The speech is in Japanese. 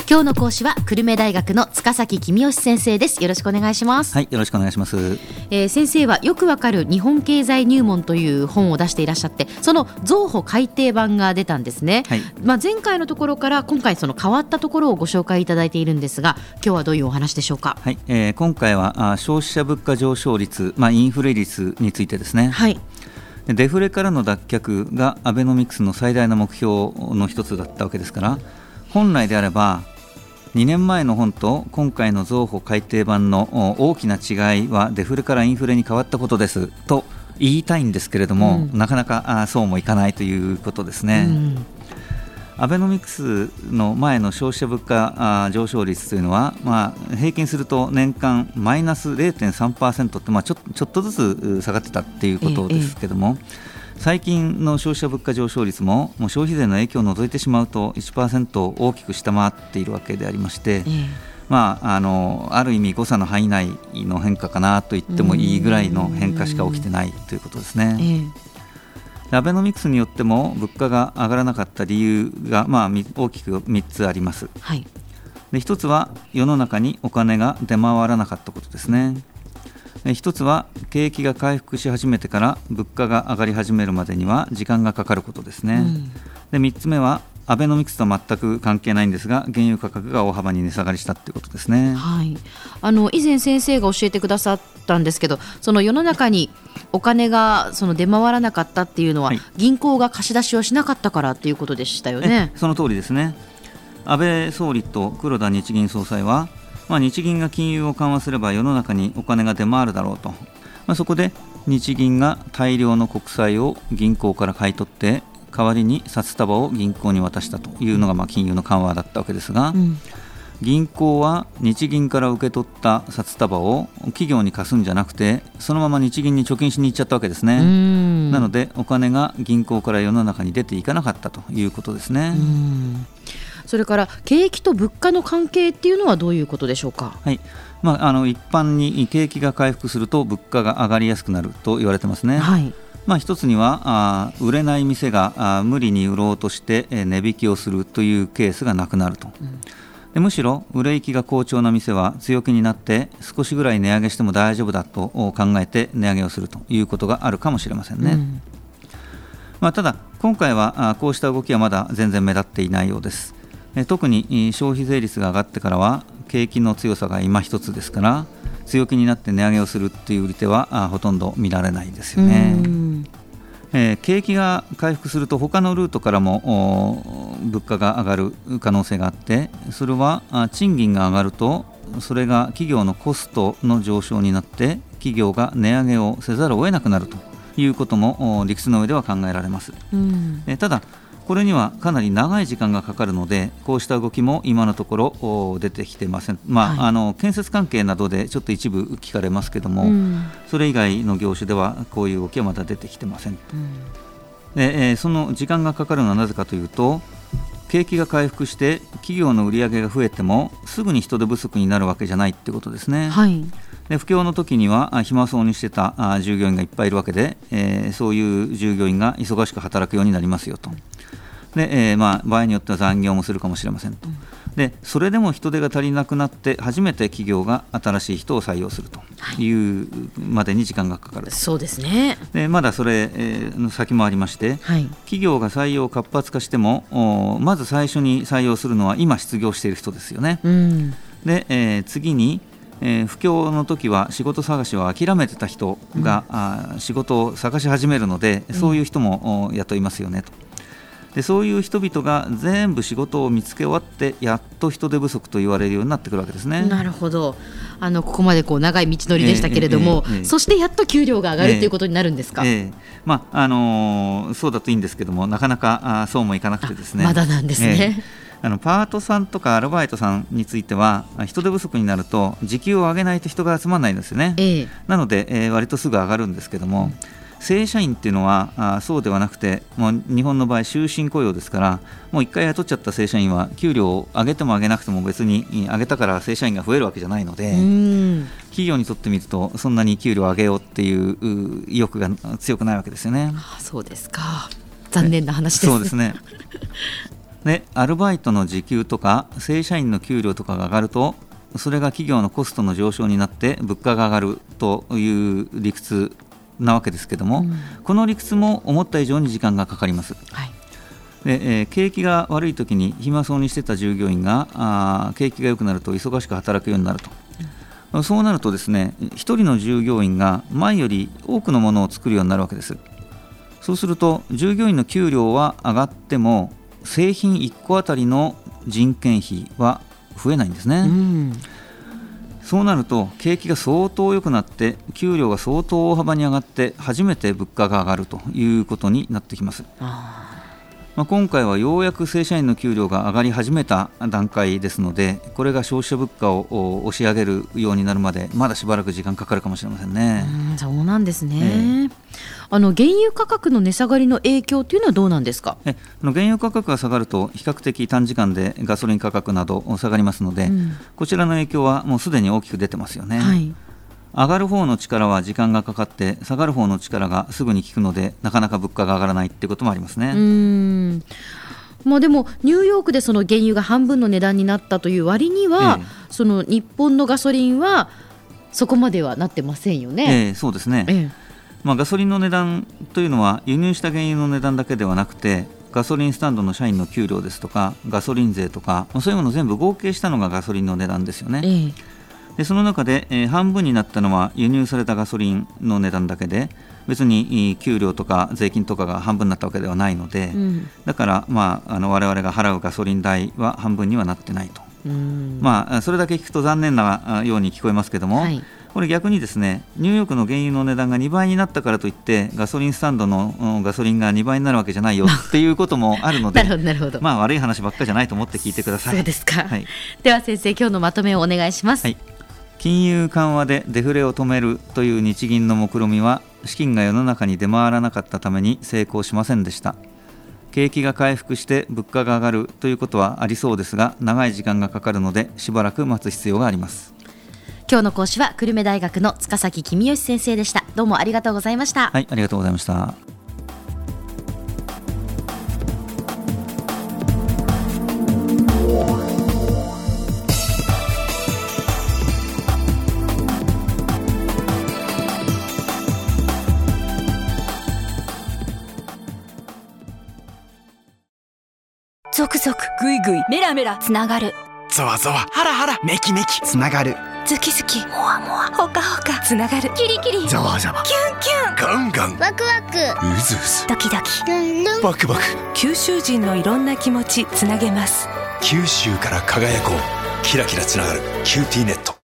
今日の講師は久留米大学の塚崎公義先生です。よろしくお願いします。 はい、よろしくお願いします。 先生はよくわかる日本経済入門という本を出していらっしゃって、その増補改訂版が出たんですね。 はい。 前回のところから今回その変わったところをご紹介いただいているんですが、今日はどういうお話でしょうか。 はい、今回は消費者物価上昇率、インフレ率についてですね。 はい。 デフレからの脱却がアベノミクスの最大の目標の一つだったわけですから、本来であれば2年前の本と今回の増補改訂版の大きな違いはデフレからインフレに変わったことですと言いたいんですけれども、なかなかそうもいかないということですね。アベノミクスの前の消費者物価上昇率というのは、平均すると年間マイナス 0.3% って、ちょっとずつ下がってたっていうことですけども、最近の消費者物価上昇率も消費税の影響を除いてしまうと 1% を大きく下回っているわけでありまして、ある意味誤差の範囲内の変化かなと言ってもいいぐらいの変化しか起きてないということですね。アベノミクスによっても物価が上がらなかった理由が、大きく3つあります。 はい。 で、1つは世の中にお金が出回らなかったことですね。一つは景気が回復し始めてから物価が上がり始めるまでには時間がかかることですね。で、3つ目はアベノミクスとは全く関係ないんですが、原油価格が大幅に値下がりしたということですね。 はい。以前先生が教えてくださったんですけど、その世の中にお金が出回らなかったっていうのは、銀行が貸し出しをしなかったからっていうことでしたよね。 その通りですね。安倍総理と黒田日銀総裁は、日銀が金融を緩和すれば世の中にお金が出回るだろうと、そこで日銀が大量の国債を銀行から買い取って代わりに札束を銀行に渡したというのが金融の緩和だったわけですが、銀行は日銀から受け取った札束を企業に貸すんじゃなくて、そのまま日銀に貯金しに行っちゃったわけですね。なのでお金が銀行から世の中に出ていかなかったということですね。 それから景気と物価の関係っていうのはどういうことでしょうか。 はい。一般に景気が回復すると物価が上がりやすくなると言われてますね。 はい。 一つには売れない店が無理に売ろうとして値引きをするというケースがなくなると。で、むしろ売れ行きが好調な店は強気になって少しぐらい値上げしても大丈夫だと考えて値上げをするということがあるかもしれませんね。ただ今回はこうした動きはまだ全然目立っていないようです。特に消費税率が上がってからは景気の強さが今一つですから、強気になって値上げをするっていう売り手はほとんど見られないですよね。景気が回復すると他のルートからも物価が上がる可能性があって、それは賃金が上がるとそれが企業のコストの上昇になって企業が値上げをせざるを得なくなるということも理屈の上では考えられます。ただこれにはかなり長い時間がかかるので、こうした動きも今のところ出てきていません。建設関係などでちょっと一部聞かれますけども、それ以外の業種ではこういう動きはまだ出てきてません。で、その時間がかかるのはなぜかというと、景気が回復して企業の売り上げが増えてもすぐに人手不足になるわけじゃないということですね。 はい。 で、不況の時には暇そうにしてた従業員がいっぱいいるわけで、そういう従業員が忙しく働くようになりますよと。で、場合によっては残業もするかもしれませんと。で、それでも人手が足りなくなって初めて企業が新しい人を採用するというまでに時間がかかると。 そうですね。で、 まだそれの先もありまして、企業が採用活発化してもまず最初に採用するのは今失業している人ですよね。で、次に不況の時は仕事探しを諦めてた人が、仕事を探し始めるので、そういう人も雇いますよねと。で、そういう人々が全部仕事を見つけ終わってやっと人手不足と言われるようになってくるわけですね。 なるほど。ここまで長い道のりでしたけれども、そしてやっと給料が上がるということになるんですか。 そうだといいんですけども、なかなかそうもいかなくてですね。 まだなんですね。 パートさんとかアルバイトさんについては人手不足になると時給を上げないと人が集まらないんですよね。なので、割とすぐ上がるんですけども、正社員っていうのはそうではなくて、もう日本の場合終身雇用ですから、もう1回雇っちゃった正社員は給料を上げても上げなくても別に上げたから正社員が増えるわけじゃないので、企業にとってみるとそんなに給料を上げようっていう意欲が強くないわけですよね。 そうですか。残念な話です。 そうですね。 でアルバイトの時給とか正社員の給料とかが上がると、それが企業のコストの上昇になって物価が上がるという理屈なわけですけども、この理屈も思った以上に時間がかかります。で景気が悪い時に暇そうにしてた従業員が景気が良くなると忙しく働くようになると、そうなるとですね、1人の従業員が前より多くのものを作るようになるわけです。そうすると従業員の給料は上がっても製品1個あたりの人件費は増えないんですね。そうなると景気が相当良くなって給料が相当大幅に上がって初めて物価が上がるということになってきます。今回はようやく正社員の給料が上がり始めた段階ですので、これが消費者物価を押し上げるようになるまでまだしばらく時間かかるかもしれませんね。 そうなんですね。原油価格の値下がりの影響というのはどうなんですか？ 原油価格が下がると比較的短時間でガソリン価格など下がりますので、こちらの影響はもうすでに大きく出てますよね。上がる方の力は時間がかかって下がる方の力がすぐに効くので、なかなか物価が上がらないっていうこともありますね。 でもニューヨークでその原油が半分の値段になったという割には、その日本のガソリンはそこまではなってませんよね。 そうですね。ガソリンの値段というのは輸入した原油の値段だけではなくて、ガソリンスタンドの社員の給料ですとかガソリン税とか、そういうものを全部合計したのがガソリンの値段ですよね。でその中で、半分になったのは輸入されたガソリンの値段だけで、別に給料とか税金とかが半分になったわけではないので、だから、我々が払うガソリン代は半分にはなってないと。それだけ聞くと残念なように聞こえますけども、これ逆にですね、ニューヨークの原油の値段が2倍になったからといってガソリンスタンドのガソリンが2倍になるわけじゃないよっていうこともあるのでなるほど。 悪い話ばっかりじゃないと思って聞いてください。 そうですか。では先生、今日のまとめをお願いします。 金融緩和でデフレを止めるという日銀の目論見は資金が世の中に出回らなかったために成功しませんでした。景気が回復して物価が上がるということはありそうですが、長い時間がかかるのでしばらく待つ必要があります。 今日の講師は久留米大学の塚崎公義先生でした。どうもありがとうございました。 ありがとうございました。 ゾクゾクグイグイメラメラつながる、 ゾワゾワハラハラメキメキつながる、 ズキズキモワモワホカホカつながる、キリキリザワザワキュンキュンガンガンワクワクうずうずドキドキルンルンバクバク、 九州人のいろんな気持ちつなげます。 九州から輝こう、キラキラつながるキューティーネット。